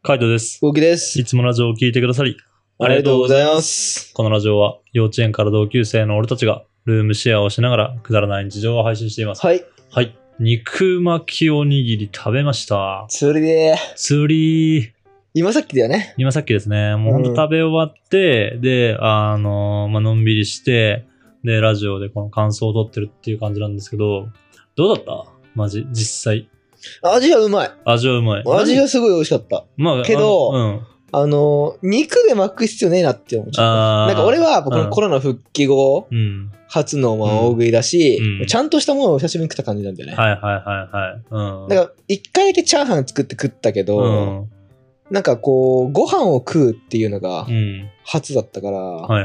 カイトです。 ゴキです。 いつもラジオを聞いてくださりありがとうございます。 このラジオは幼稚園から同級生の俺たちがルームシェアをしながらくだらない日常を配信しています。 はい。 はい。肉巻きおにぎり食べました。 それで、 釣り。 今さっきだよね。 今さっきですね。もうほんと食べ終わって、で、のんびりして、で、ラジオでこの感想を撮ってるっていう感じなんですけど、どうだったマジ、実際。 味はうまい。 味はうまい。 味はすごい美味しかった。 まあ、 けど、肉で巻く必要ねえなって思っちゃった。なんか俺はこのコロナ復帰後、初の大食いだし、ちゃんとしたものを久しぶりに食った感じなんだよね。 はいはいはいはい。 だから一回だけチャーハン作って食ったけど、なんかこう、ご飯を食うっていうのが初だったから、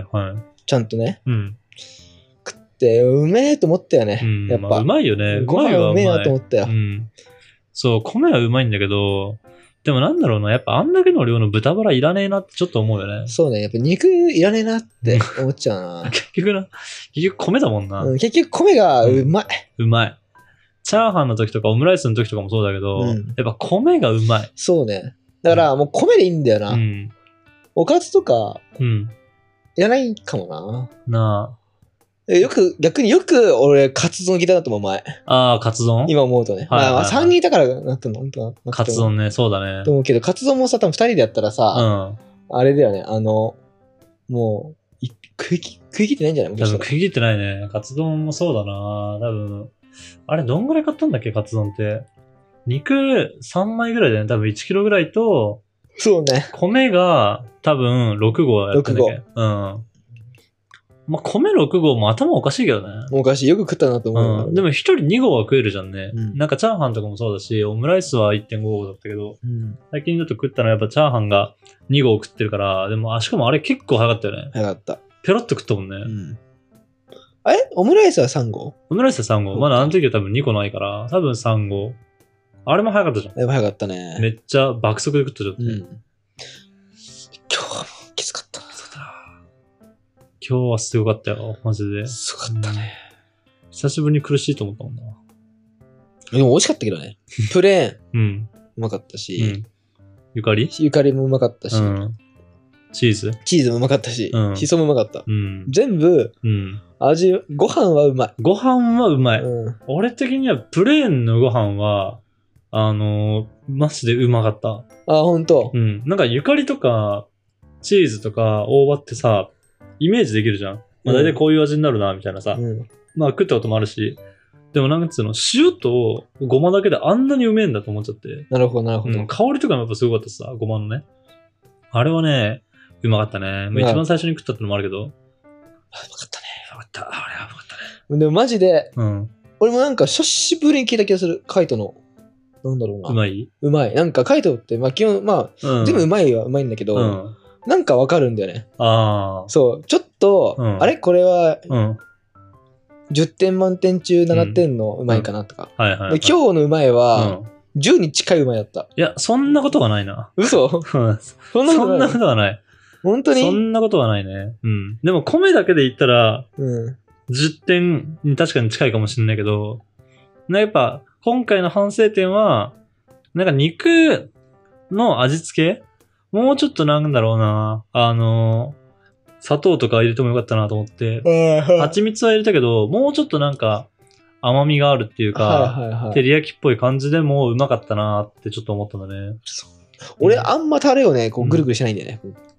ちゃんとね、食ってうめえと思ったよね。やっぱ。 うまいよね。 ご飯うめえなと思ったよ。 そう、米はうまいんだけど、でもなんだろうな、やっぱあんだけの量の豚バラいらねえなってちょっと思うよね。 そうね、やっぱ肉いらねえなって思っちゃうな。 結局米だもんな。 結局米がうまい。 うまい。チャーハンの時とかオムライスの時とかもそうだけど、やっぱ米がうまい。 そうね。だからもう米でいいんだよな。おかずとか、いらないかもな。 なあ。 逆によく俺、カツ丼いたなと思う、前。 ああ、カツ丼今思うとね。まあ、3人いたからなったの、 カツ丼ね、そうだね。 と思うけど、カツ丼もさ、多分2人でやったらさ、あれだよね、もう、食い切ってないんじゃない？ 多分食い切ってないね。カツ丼もそうだな。多分、あれどんぐらい買ったんだっけ、カツ丼って。肉3枚ぐらいだよね。多分1キロぐらいと、 そうね。 米が多分6合やったんだっけ。まあ、米6合も頭おかしいけどね。 おかしい。よく食ったなと思う。でも1人2合は食えるじゃんね。なんかチャーハンとかもそうだし、オムライスは 1.5 合だったけど、最近だと食ったのはやっぱチャーハンが2合食ってるから、でも、しかもあれ結構早かったよね。 早かった。 ペロッと食ったもんね。 オムライスは3合？ オムライスは3合。まだあの時は多分2個ないから、多分3合。あれも早かったじゃん。 やっぱ早かったね。 めっちゃ爆速で食ったじゃん。 今日はもうきつかったな。 今日はすごかったよ、マジで。 すごかったね。 久しぶりに苦しいと思ったもんな。 でも美味しかったけどね。プレーン、うまかったし、 ゆかりもうまかったし、 チーズもうまかったし、しそもうまかった。全部、ご飯はうまい。 ご飯はうまい。俺的にはプレーンのご飯は、マジでうまかった。 あ、ほんと？ なんかゆかりとか、チーズとか、大葉ってさ、イメージできるじゃん。まあ大体こういう味になるな、みたいなさ。まあ食ったこともあるし。でもなんつうの、塩とごまだけであんなにうめえんだと思っちゃって。 なるほど、なるほど。 香りとかもやっぱすごかったさ、ごまのね。あれはね、うまかったね。一番最初に食ったってのもあるけど。うまかったね。 うまかった。あれはうまかったね。でもマジで、俺もなんか久しぶりに聞いた気がする。カイトの。なんだろうな。 うまい。 なんかカイトって、まあ基本、全部うまいはうまいんだけど、なんかわかるんだよね。そう。ちょっと、あれこれは、10点満点中7点のうまいかなとか。今日のうまいは、10に近いうまいだった。 いや、そんなことはないな。 嘘？ そんなことはない。 本当に？ そんなことはないね。でも米だけで言ったら、10点に確かに近いかもしれないけど、やっぱ、今回の反省点は、なんか肉の味付けもうちょっとなんだろうな、砂糖とか入れてもよかったなと思って、蜂蜜は入れたけど、もうちょっとなんか甘みがあるっていうか、照り焼きっぽい感じでもうまかったなってちょっと思ったんだね。 俺あんまタレをね、こうぐるぐるしないんだよね。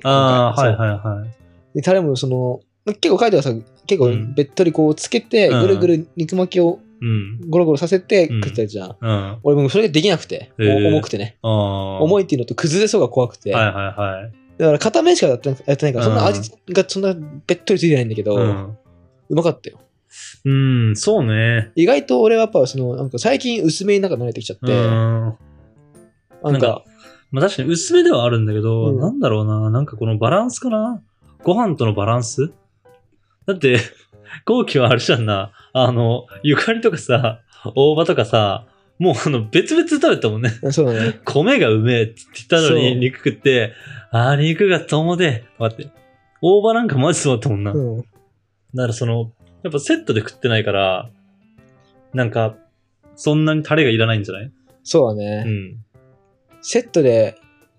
で、タレも結構書いてはさ、結構べっとりこうつけて、ぐるぐる肉巻きをゴロゴロさせて食ったやつじゃん。俺もそれができなくて、重くてね。重いっていうのと崩れそうが怖くて。だから片面しかやってないから、そんな味がそんなべっとりついてないんだけど、うまかったよ。 そうね。 意外と俺はやっぱなんか最近薄めに慣れてきちゃって、 なんか、まあ確かに薄めではあるんだけど、なんだろうな、なんかこのバランスかな？ご飯とのバランス？だって、後期はあれじゃんな、ゆかりとかさ、大葉とかさ、もう別々で食べたもんね。 そうだね。 米がうめえって言ったのに肉食って、肉が友で、とかって。大葉なんかマジそうだったもんな。だからやっぱセットで食ってないから、なんか、そんなにタレがいらないんじゃない？ そうだね。セットで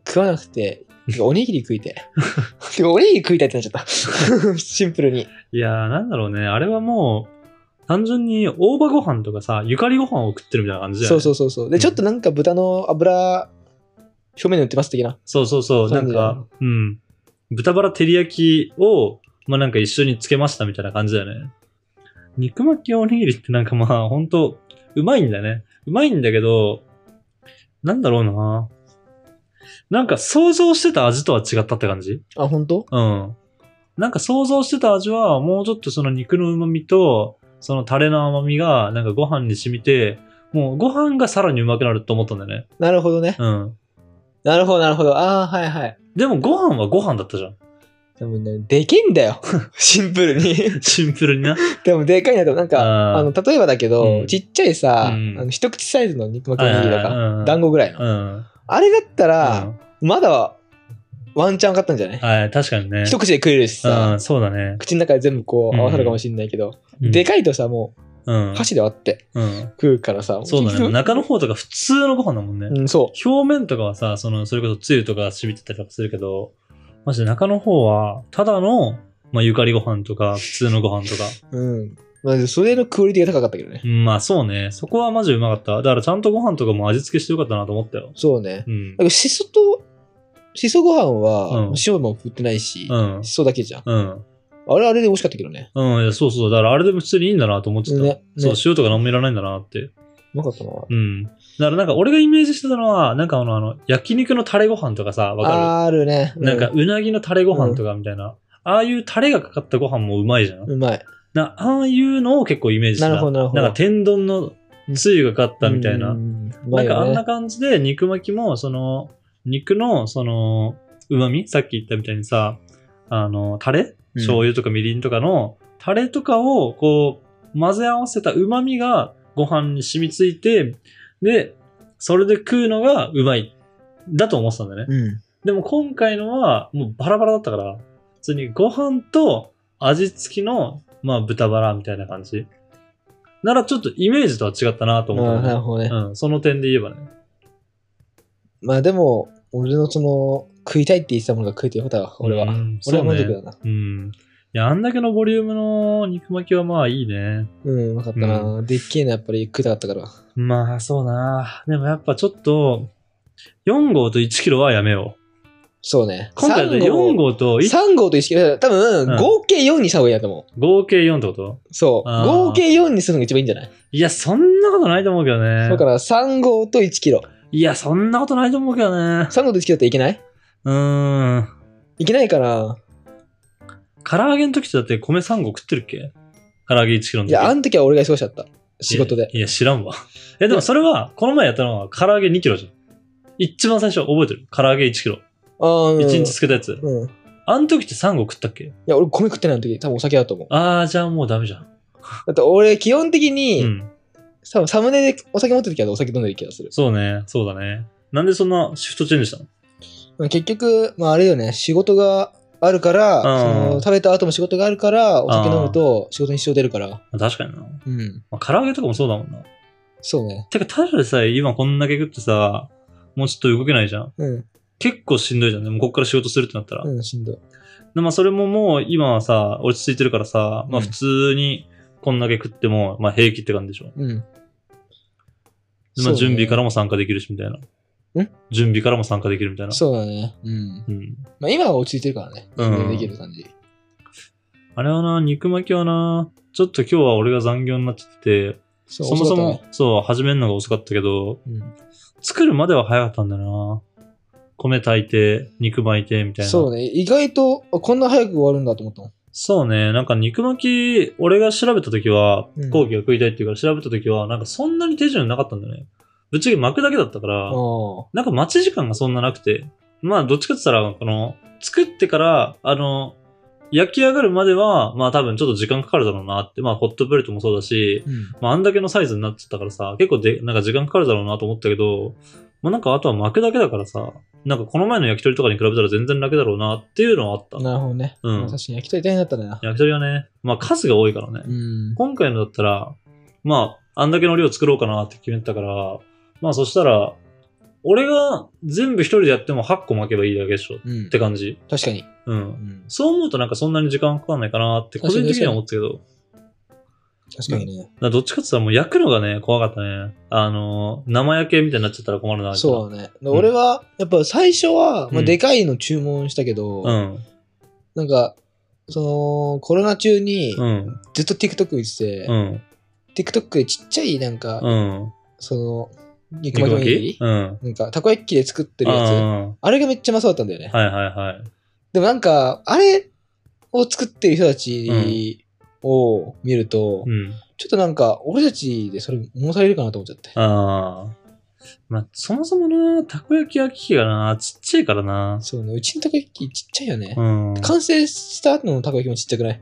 食わなくて、おにぎり食いて。おにぎり食いたいってなっちゃった。シンプルに。 いやー、なんだろうね。あれはもう、単純に大葉ご飯とかさ、ゆかりご飯を食ってるみたいな感じだよね。 そう。で、ちょっとなんか豚の油、表面に塗ってます的な。 そう。なんか、豚バラ照り焼きを、まあなんか一緒につけましたみたいな感じだよね。肉巻きおにぎりってなんかまあ、ほんと、うまいんだよね。うまいんだけど、なんだろうな。なんか想像してた味とは違ったって感じ？ あ、ほんと？ うん。なんか想像してた味は、もうちょっとその肉の旨味と、そのタレの甘みが、なんかご飯に染みて、もうご飯がさらにうまくなると思ったんだよね。 なるほどね。 うん。 なるほど。ああ、はいはい。 でもご飯はご飯だったじゃん。 でもね、でけんだよ。シンプルに。 シンプルにな。 でもでかいなと、なんか、例えばだけど、 うんちっちゃいさ、一口サイズの肉巻きおにぎりだから、団子ぐらいの。あれだったら、まだワンチャン分かったんじゃない？ はい、確かにね。 一口で食えるしさ、 そうだね。 口の中で全部こう合わさるかもしれないけど、でかいとさ、もう、箸で割って食うからさ。 そうだね。中の方とか普通のご飯だもんね。 そう。 表面とかはさ、それこそつゆとか染みてたりとかするけど、マジで中の方は、ただの、まあ、ゆかりご飯とか、普通のご飯とか。 まあ、それのクオリティが高かったけどね。 まあそうね。そこはマジでうまかった。だからちゃんとご飯とかも味付けしてよかったなと思ったよ。 そうね。しそご飯は、塩も振ってないし、しそだけじゃん。あれで美味しかったけどね。 いやそう。だからあれでも普通にいいんだなと思ってた。そう、塩とか何もいらないんだなって。 うまかったな。 だからなんか俺がイメージしてたのは、なんか焼肉のタレご飯とかさ、わかる？ あるね。 なんかうなぎのタレご飯とかみたいな。ああいうタレがかかったご飯もうまいじゃん。 うまい。 ああいうのを結構イメージした。 なるほど。 なんか天丼のつゆがかかったみたいな。なんかあんな感じで肉巻きも、肉の旨味さっき言ったみたいにさ、タレ醤油とかみりんとかのタレとかをこう混ぜ合わせた旨味がご飯に染みついて、で、それで食うのがうまい。だと思ってたんだよね。でも今回のはもうバラバラだったから、普通にご飯と味付きの、まあ豚バラみたいな感じ。ならちょっとイメージとは違ったなと思った、 なるほどね。 その点で言えばね。 まあでも、俺の食いたいって言ってたものが食えてよかったわ、俺は。俺は満足だな。 いや、あんだけのボリュームの肉巻きはまあいいね。 うまかったな。でっけえのやっぱり食いたかったから。 まあそうな。でもやっぱちょっと、4号と1キロはやめよう。 そうね。 今回で4号と 3号と1キロ、多分、合計4にした方がいいなと思う。合計4ってこと？ そう。合計4にするのが一番いいんじゃない？いや、そんなことないと思うけどね。 だから3号と1キロ。 いや、そんなことないと思うけどね。 3号と1キロっていけない？いけないかな。 唐揚げの時ってだって米3号食ってるっけ？唐揚げ1キロの時。 いや、あの時は俺が忙しかった。仕事で。 いや、知らんわ。でもそれは、この前やったのは唐揚げ2キロじゃん。一番最初覚えてる？唐揚げ1キロ。1日つけたやつ。あの時って3号食ったっけ？いや、俺米食ってないの時、多分お酒だと思う。 じゃあもうダメじゃん。 だって俺、基本的に、多分サムネでお酒持ってる時はお酒飲んでる気がする。 そうね、そうだね。なんでそんなシフトチェンジしたの？ 結局、まああれよね、仕事があるから、食べた後も仕事があるから、お酒飲むと仕事に支障出るから。 確かにな。まあ、唐揚げとかもそうだもんな。 そうね。 てか、ただでさえ今こんだけ食ってさ、もうちょっと動けないじゃん。結構しんどいじゃんね。もうこっから仕事するってなったら。 しんどい。 まあそれももう今はさ、落ち着いてるからさ、まあ普通にこんだけ食っても、まあ平気って感じでしょ。まあ準備からも参加できるしみたいな。準備からも参加できるみたいな。 そうだね。まあ今は落ち着いてるからね。できる感じ。 あれはな、肉巻きはな、ちょっと今日は俺が残業になっちゃってて、そもそも、そう、始めるのが遅かったけど、作るまでは早かったんだよな。米炊いて、肉巻いて、みたいな。 そうね。意外と、こんな早く終わるんだと思ったもん。 そうね。なんか肉巻き、俺が調べたときは、後期が食いたいっていうから調べたときは、なんかそんなに手順なかったんだよね。ぶっちゃけ巻くだけだったから、なんか待ち時間がそんななくて、まあどっちかって言ったら、作ってから、焼き上がるまでは、まあ多分ちょっと時間かかるだろうなって、まあホットプレートもそうだし、まああんだけのサイズになっちゃったからさ、結構なんか時間かかるだろうなと思ったけど、まあなんかあとは巻くだけだからさ、なんかこの前の焼き鳥とかに比べたら全然楽だろうなっていうのはあった。 なるほどね。確かに焼き鳥大変だったね。 焼き鳥はね、まあ数が多いからね。今回のだったら、まああんだけの量作ろうかなって決めたから、まあそしたら、 俺が全部一人でやっても8個巻けばいいだけでしょ、って感じ。 確かに。 そう思うとなんかそんなに時間かかんないかなって個人的には思ったけど。 確かにね。 どっちかって言ったらもう焼くのがね、怖かったね。生焼けみたいになっちゃったら困るな。 そうだね。俺は、やっぱ最初は、でかいの注文したけど、なんか、コロナ中に、ずっと TikTok 見てて、TikTok でちっちゃいなんか、肉巻きおにぎりなんか、たこ焼き器で作ってるやつ。あれがめっちゃうまそうだったんだよね。 はいはいはい。 でもなんか、あれを作ってる人たちを見ると、ちょっとなんか、俺たちでそれ物足りるかなと思っちゃって。 まあ、そもそもな、たこ焼き焼き器がな、ちっちゃいからな。 そうね、うちのたこ焼き器ちっちゃいよね。完成した後のたこ焼きもちっちゃくない？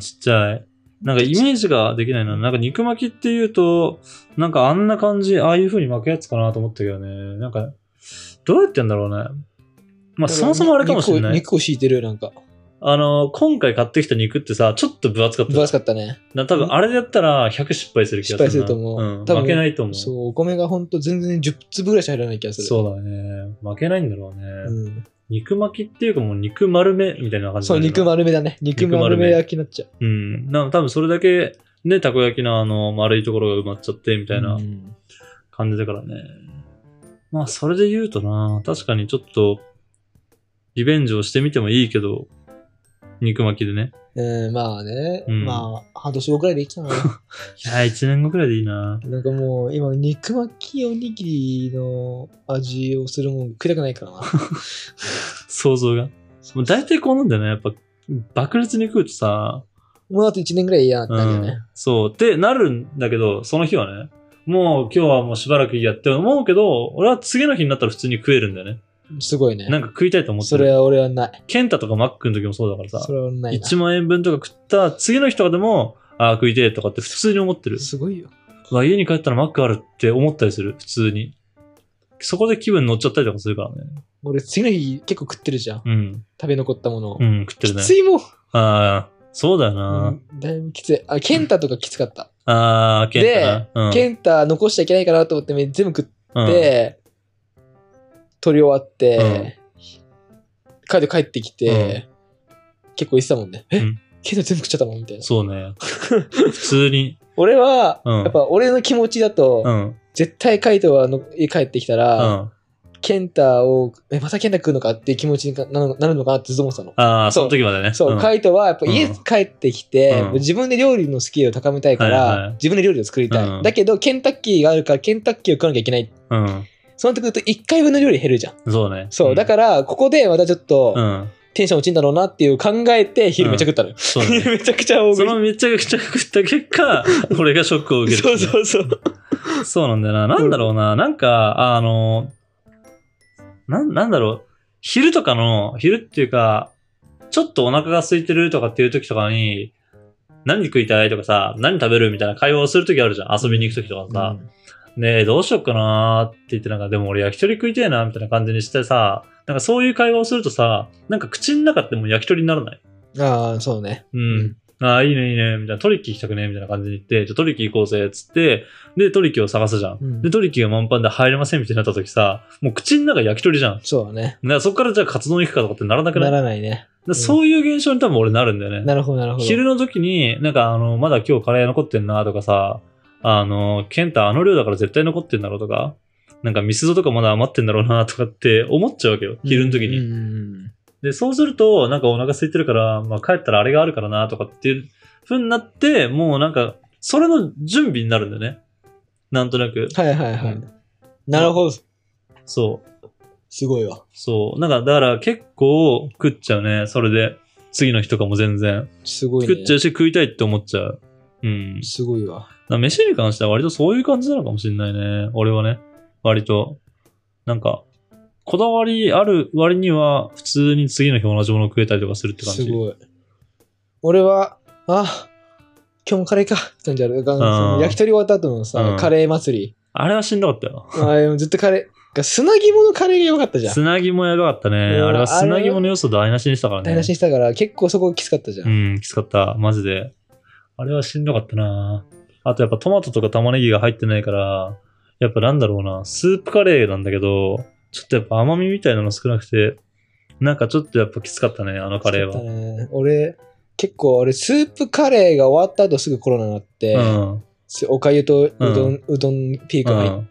ちっちゃい。なんかイメージができないな。なんか肉巻きって言うと、なんかあんな感じ、ああいう風に巻くやつかなと思ったけどね。なんか、どうやってんだろうね。まあそもそもあれかもしれない。 肉を敷いてる、なんか。 今回買ってきた肉ってさ、ちょっと分厚かった。 分厚かったね。 多分あれでやったら100失敗する気がする。 失敗すると思う。 負けないと思う。 そう、お米がほんと全然10粒ぐらいしか入らない気がする。 そうだね。負けないんだろうね。肉巻きっていうかもう肉丸めみたいな感じ。 そう、肉丸めだね。肉丸め焼きになっちゃう。多分それだけでたこ焼きの丸いところが埋まっちゃってみたいな感じだからね。まあそれで言うとな、確かにちょっとリベンジをしてみてもいいけど、肉巻きでね。 まあね。まあ、半年後くらいでいいかな。いや、1年後くらいでいいな。 なんかもう、今、肉巻きおにぎりの味をするもん食いたくないからな。 想像が。もう大体こうなんだよね。やっぱ、爆裂に食うとさ。 もうあと1年くらい嫌だったんだよね。 そう。ってなるんだけど、その日はね。もう今日はもうしばらくいいやって思うけど、俺は次の日になったら普通に食えるんだよね。 すごいね。 なんか食いたいと思ってる。 それは俺はない。 ケンタとかマックの時もそうだからさ。 それはないな。 1万円分とか食った次の日とかでも、ああ、食いてえとかって普通に思ってる。 すごいよ。 家に帰ったらマックあるって思ったりする。普通に。そこで気分乗っちゃったりとかするからね。 俺次の日結構食ってるじゃん。食べ残ったものを。 食ってるね。 きついもん。 ああ、そうだよな。 だいぶきつい。ケンタとかきつかった。 ケンタで、ケンタ残しちゃいけないかなと思って全部食って、取り終わって、帰ってきて、結構言ってたもんね。ケンタ全部食っちゃったもんみたいな。 そうね。普通に。 俺は、やっぱ俺の気持ちだと、絶対カイトは家帰ってきたら、ケンタを、またケンタ食うのかっていう気持ちになるのかなってずっと思ってたの。 その時までね。 そう、カイトはやっぱ家帰ってきて、自分で料理のスキルを高めたいから、自分で料理を作りたい。だけど、ケンタッキーがあるから、ケンタッキーを食わなきゃいけない。そうなってくると1回分の料理減るじゃん。 そうね。 そう、だから、ここでまたちょっと、テンション落ちんだろうなっていう考えて、昼めちゃ食ったのよ。めちゃくちゃ大食い。 そのめちゃくちゃ食った結果、俺がショックを受ける。 そう。 そうなんだよな。なんだろうな。なんか、なんだろう。昼っていうか、ちょっとお腹が空いてるとかっていう時とかに、何食いたいとかさ、何食べるみたいな会話をする時あるじゃん。遊びに行く時とかさ。ねえ、どうしよっかなーって言ってなんか、でも俺焼き鳥食いたいな、みたいな感じにしてさ、なんかそういう会話をするとさ、なんか口の中ってもう焼き鳥にならない？ ああ、そうね。 ああ、いいね、いいね、みたいな。トリッキー行きたくねみたいな感じに言って、じゃあトリッキー行こうぜ、つって、で、トリッキーを探すじゃん。で、トリッキーが満帆で入れませんみたいになった時さ、もう口の中焼き鳥じゃん。 そうだね。 だからそっからじゃあカツ丼行くかとかってならなくない？ ならないね。 そういう現象に多分俺なるんだよね。 なるほど。 昼の時に、なんかまだ今日カレー残ってんなとかさ、ケンタ量だから絶対残ってんだろうとか、なんかミスドとかまだ余ってんだろうなとかって思っちゃうわけよ。昼の時に。で、そうすると、なんかお腹空いてるから、まあ帰ったらあれがあるからなとかっていう風になって、もうなんか、それの準備になるんだよね。なんとなく。 はい。なるほど。 そう。 すごいわ。 そう。なんか、だから結構食っちゃうね。それで。次の日とかも全然。 すごいね。 食っちゃうし食いたいって思っちゃう。 すごいわ。 飯に関しては割とそういう感じなのかもしれないね。俺はね。割と。なんか、こだわりある割には、普通に次の日同じものを食えたりとかするって感じ。 すごい。俺は、今日もカレーかって感じある。焼き鳥終わった後のさ、カレー祭り。 あれはしんどかったよ。 ずっとカレー。砂肝のカレーが良かったじゃん。 砂肝やばかったね。あれは砂肝の要素台無しにしたからね。 台無しにしたから、結構そこきつかったじゃん。 きつかった。マジで。あれはしんどかったな。あとやっぱトマトとか玉ねぎが入ってないから、 やっぱなんだろうな、スープカレーなんだけど、ちょっとやっぱ甘みみたいなの少なくて、なんかちょっとやっぱきつかったね、あのカレーは。 ね、俺、結構スープカレーが終わった後すぐコロナになって、おかゆとうどんピークが入って、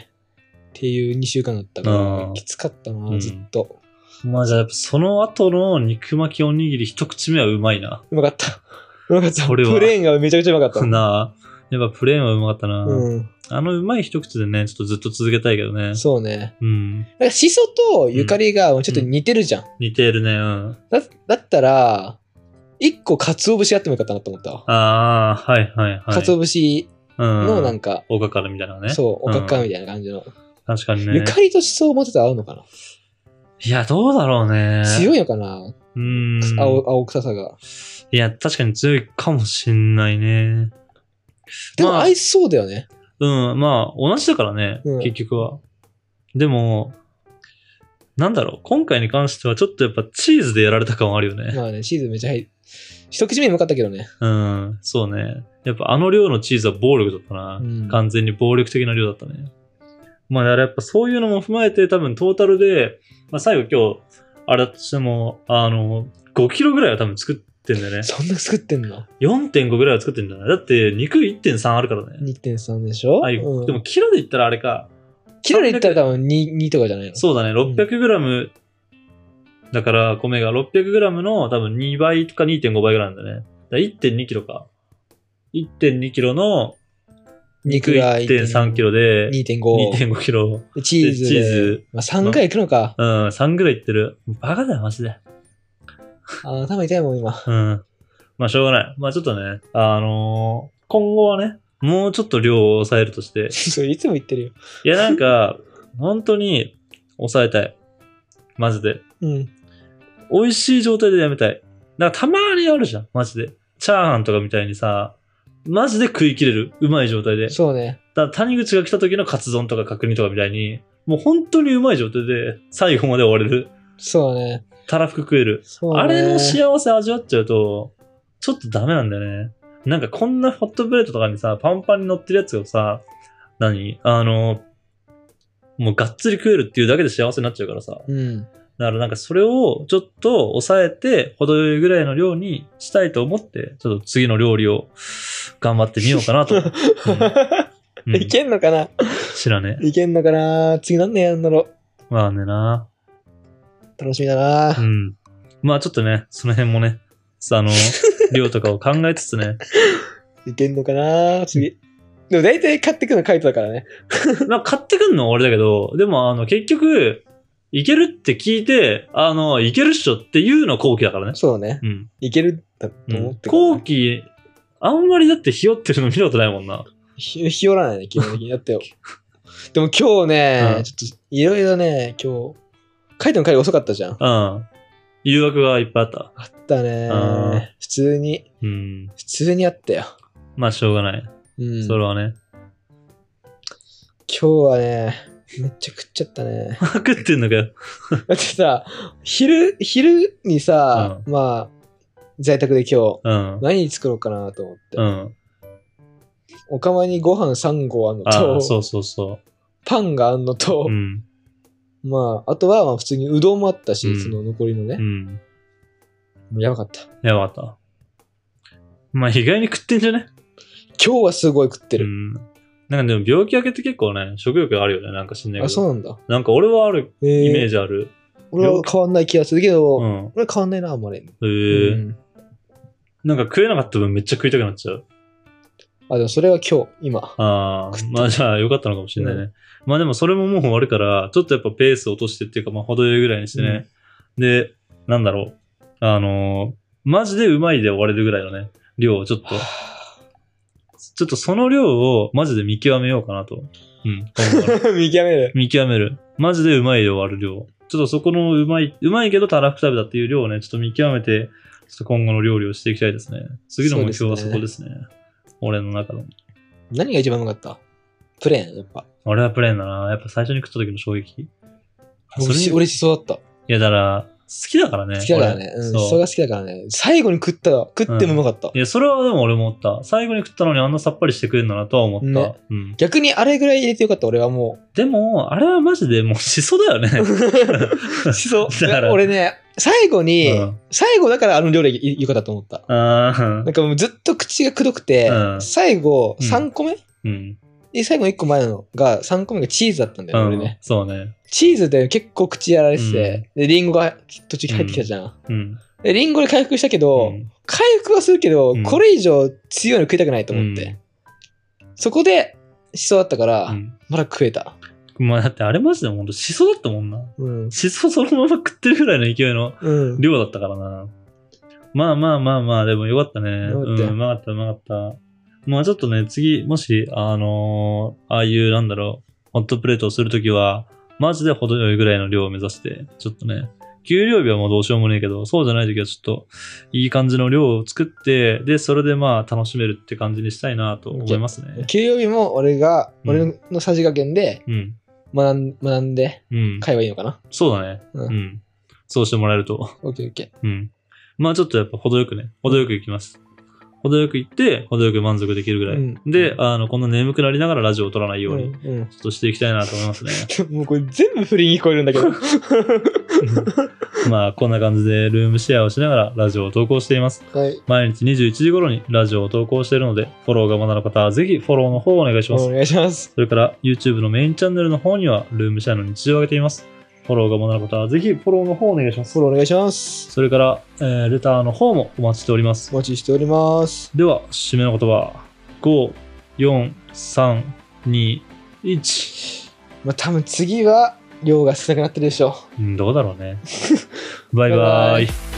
っていう2週間だったから、きつかったな、ずっと。 まあじゃあやっぱその後の肉巻きおにぎり一口目はうまいな。 うまかった。うまかった。プレーンがめちゃくちゃうまかった。 なあ。やっぱプレーンはうまかったな。うまい一口でね、ちょっとずっと続けたいけどね。 そうね。なんかシソとゆかりがちょっと似てるじゃん。 似てるね、 だったら、1個鰹節やってもよかったなと思ったわ。 ああ、はいはいはい。 鰹節のなんか、 おかからみたいなね。 そう、おかかみたいな感じの。 確かにね。 ゆかりとしそを持ってたら合うのかな。 いや、どうだろうね。 強いのかな。青臭さが。 いや、確かに強いかもしんないね。 でも合いそうだよね。 まあ、同じだからね、結局は。でも、なんだろう、今回に関してはちょっとやっぱチーズでやられた感はあるよね。 まあね、チーズめっちゃ入る。一口目に向かったけどね。 そうね。やっぱあの量のチーズは暴力だったな。完全に暴力的な量だったね。まあ、やっぱそういうのも踏まえて多分トータルで、まあ最後今日、あれだとしても、5キロぐらいは多分作ってんだよね。 そんな作ってんの ?4.5 ぐらいは作ってんじゃない？だって肉 1.3 あるからね。 2.3 でしょ？ でもキロで言ったらあれか。 キロで言ったら多分2とかじゃないの？ そうだね。600グラム、だから米が600グラムの多分2倍か 2.5 倍ぐらいなんだね。だ 1.2 キロか。1.2 キロの肉が 1.3 キロで 2.5 キロ。 チーズ。まあ3ぐらいいくのか。 3ぐらいいってる。バカだよ、マジで。 頭痛いもん、今。 まあしょうがない。まあちょっとね、今後はね、もうちょっと量を抑えるとして。 それいつも言ってるよ。 いやなんか、本当に抑えたい。マジで。美味しい状態でやめたい。だからたまにあるじゃん、マジで。チャーハンとかみたいにさ、マジで食い切れる。うまい状態で。 そうね。 だから谷口が来た時のカツ丼とか角煮とかみたいに、もう本当にうまい状態で最後まで終われる。 そうね。 たらふく食える。あれの幸せ味わっちゃうと、ちょっとダメなんだよね。なんかこんなホットプレートとかにさ、パンパンに乗ってるやつをさ、もうがっつり食えるっていうだけで幸せになっちゃうからさ。だからなんかそれをちょっと抑えて、程よいぐらいの量にしたいと思って、ちょっと次の料理を頑張ってみようかなと。 いけんのかな？ 知らねえ。いけんのかな？次なんねやんだろ。 まあねな。 楽しみだな。 まあちょっとね、その辺もね、量とかを考えつつね。 いけんのかな次。でも大体買ってくのカイトだからね。 まあ買ってくんのは俺だけど、でも結局、いけるって聞いて、いけるっしょっていうの後期だからね。 そうね。いけるだと思って、 後期、あんまりだってひよってるの見たことないもんな。 ひよらないね、基本的に。だってよ。でも今日ね、ちょっといろいろね、今日、カイトの帰り遅かったじゃん。 誘惑がいっぱいあった。 あったね。普通に。普通にあったよ。 まあしょうがない。それはね。 今日はね、めっちゃ食っちゃったね。 食ってんのかよ。 だってさ、昼にさ、まあ、在宅で今日、何作ろうかなと思って。お釜にご飯3合あんのと、 そう。 パンがあんのと、まあ、あとはまあ普通にうどんもあったし、その残りのね。もうやばかった。 やばかった。まあ意外に食ってんじゃね？ 今日はすごい食ってる。 なんかでも病気明けって結構ね、食欲あるよね、なんか知んないけど。 そうなんだ。 なんか俺はある、イメージある。 俺は変わんない気がするけど、俺変わんないな、あんまり。 なんか食えなかった分めっちゃ食いたくなっちゃう。 でもそれは今。 まあじゃあよかったのかもしれないね。まあでもそれももう終わるから、ちょっとやっぱペースを落としてっていうか、まあ程よいぐらいにしてね。で、なんだろう。マジでうまいで終われるぐらいのね、量をちょっとその量をマジで見極めようかなと。 見極める。 マジでうまいで終わる量。ちょっとそこのうまいけどたらふく食べたっていう量をね、ちょっと見極めて、ちょっと今後の料理をしていきたいですね。次の目標はそこですね。俺の中の。 何が一番うまかった？プレーン、やっぱ。 俺はプレーンだな。やっぱ最初に食った時の衝撃。 俺しそうだった。 いや、だから、 きだからね。 好きだからね。うん。しそが好きだからね。最後に食ってもうまかった。 いや、それはでも俺も思った。最後に食ったのにあんなさっぱりしてくれるんだなとは思った。 ね、逆にあれぐらい入れてよかった、俺はもう。でも、あれはマジでもうシソだよね。 シソ。だから俺ね、最後だからあの料理よかったと思った。なんかもうずっと口がくどくて、最後3個目、で、最後1個前のが、3個目がチーズだったんだよね、俺ね。 そうね。 チーズで結構口やられてて、で、リンゴが途中入ってきたじゃん。で、リンゴで回復したけど、回復はするけど、これ以上強いの食いたくないと思って。そこで、シソだったから、まだ食えた。 まあだってあれマジでほんとシソだったもんな。シソそのまま食ってるぐらいの勢いの量だったからな。まあ、でもよかったね。うまかった。まあちょっとね、次、もし、ああいうなんだろう、ホットプレートをするときは、マジで程よいぐらいの量を目指して、ちょっとね、給料日はもうどうしようもねえけど、そうじゃないときはちょっと、いい感じの量を作って、で、それでまあ楽しめるって感じにしたいなと思いますね。 給料日も俺のさじ加減で、学んで、買えばいいのかな。 そうだね。そうしてもらえると。 オッケー。 まあちょっとやっぱ程よくいきます。程よく行って、程よく満足できるぐらい。で、こんな眠くなりながらラジオを撮らないように、ちょっとしていきたいなと思いますね。 もうこれ全部不倫に聞こえるんだけど。 まあ、こんな感じでルームシェアをしながらラジオを投稿しています。毎日21時頃にラジオを投稿しているので、フォローがまだの方はぜひフォローの方をお願いします。 お願いします。 それから YouTube のメインチャンネルの方にはルームシェアの日常を上げています。フォローがまだの方はぜひフォローの方をお願いします。 フォローお願いします。 それから、レターの方もお待ちしております。 お待ちしております。 では、締めの言葉。5、4、3、2、1。 まあ多分次は量が少なくなってるでしょう。 どうだろうね。バイバイ。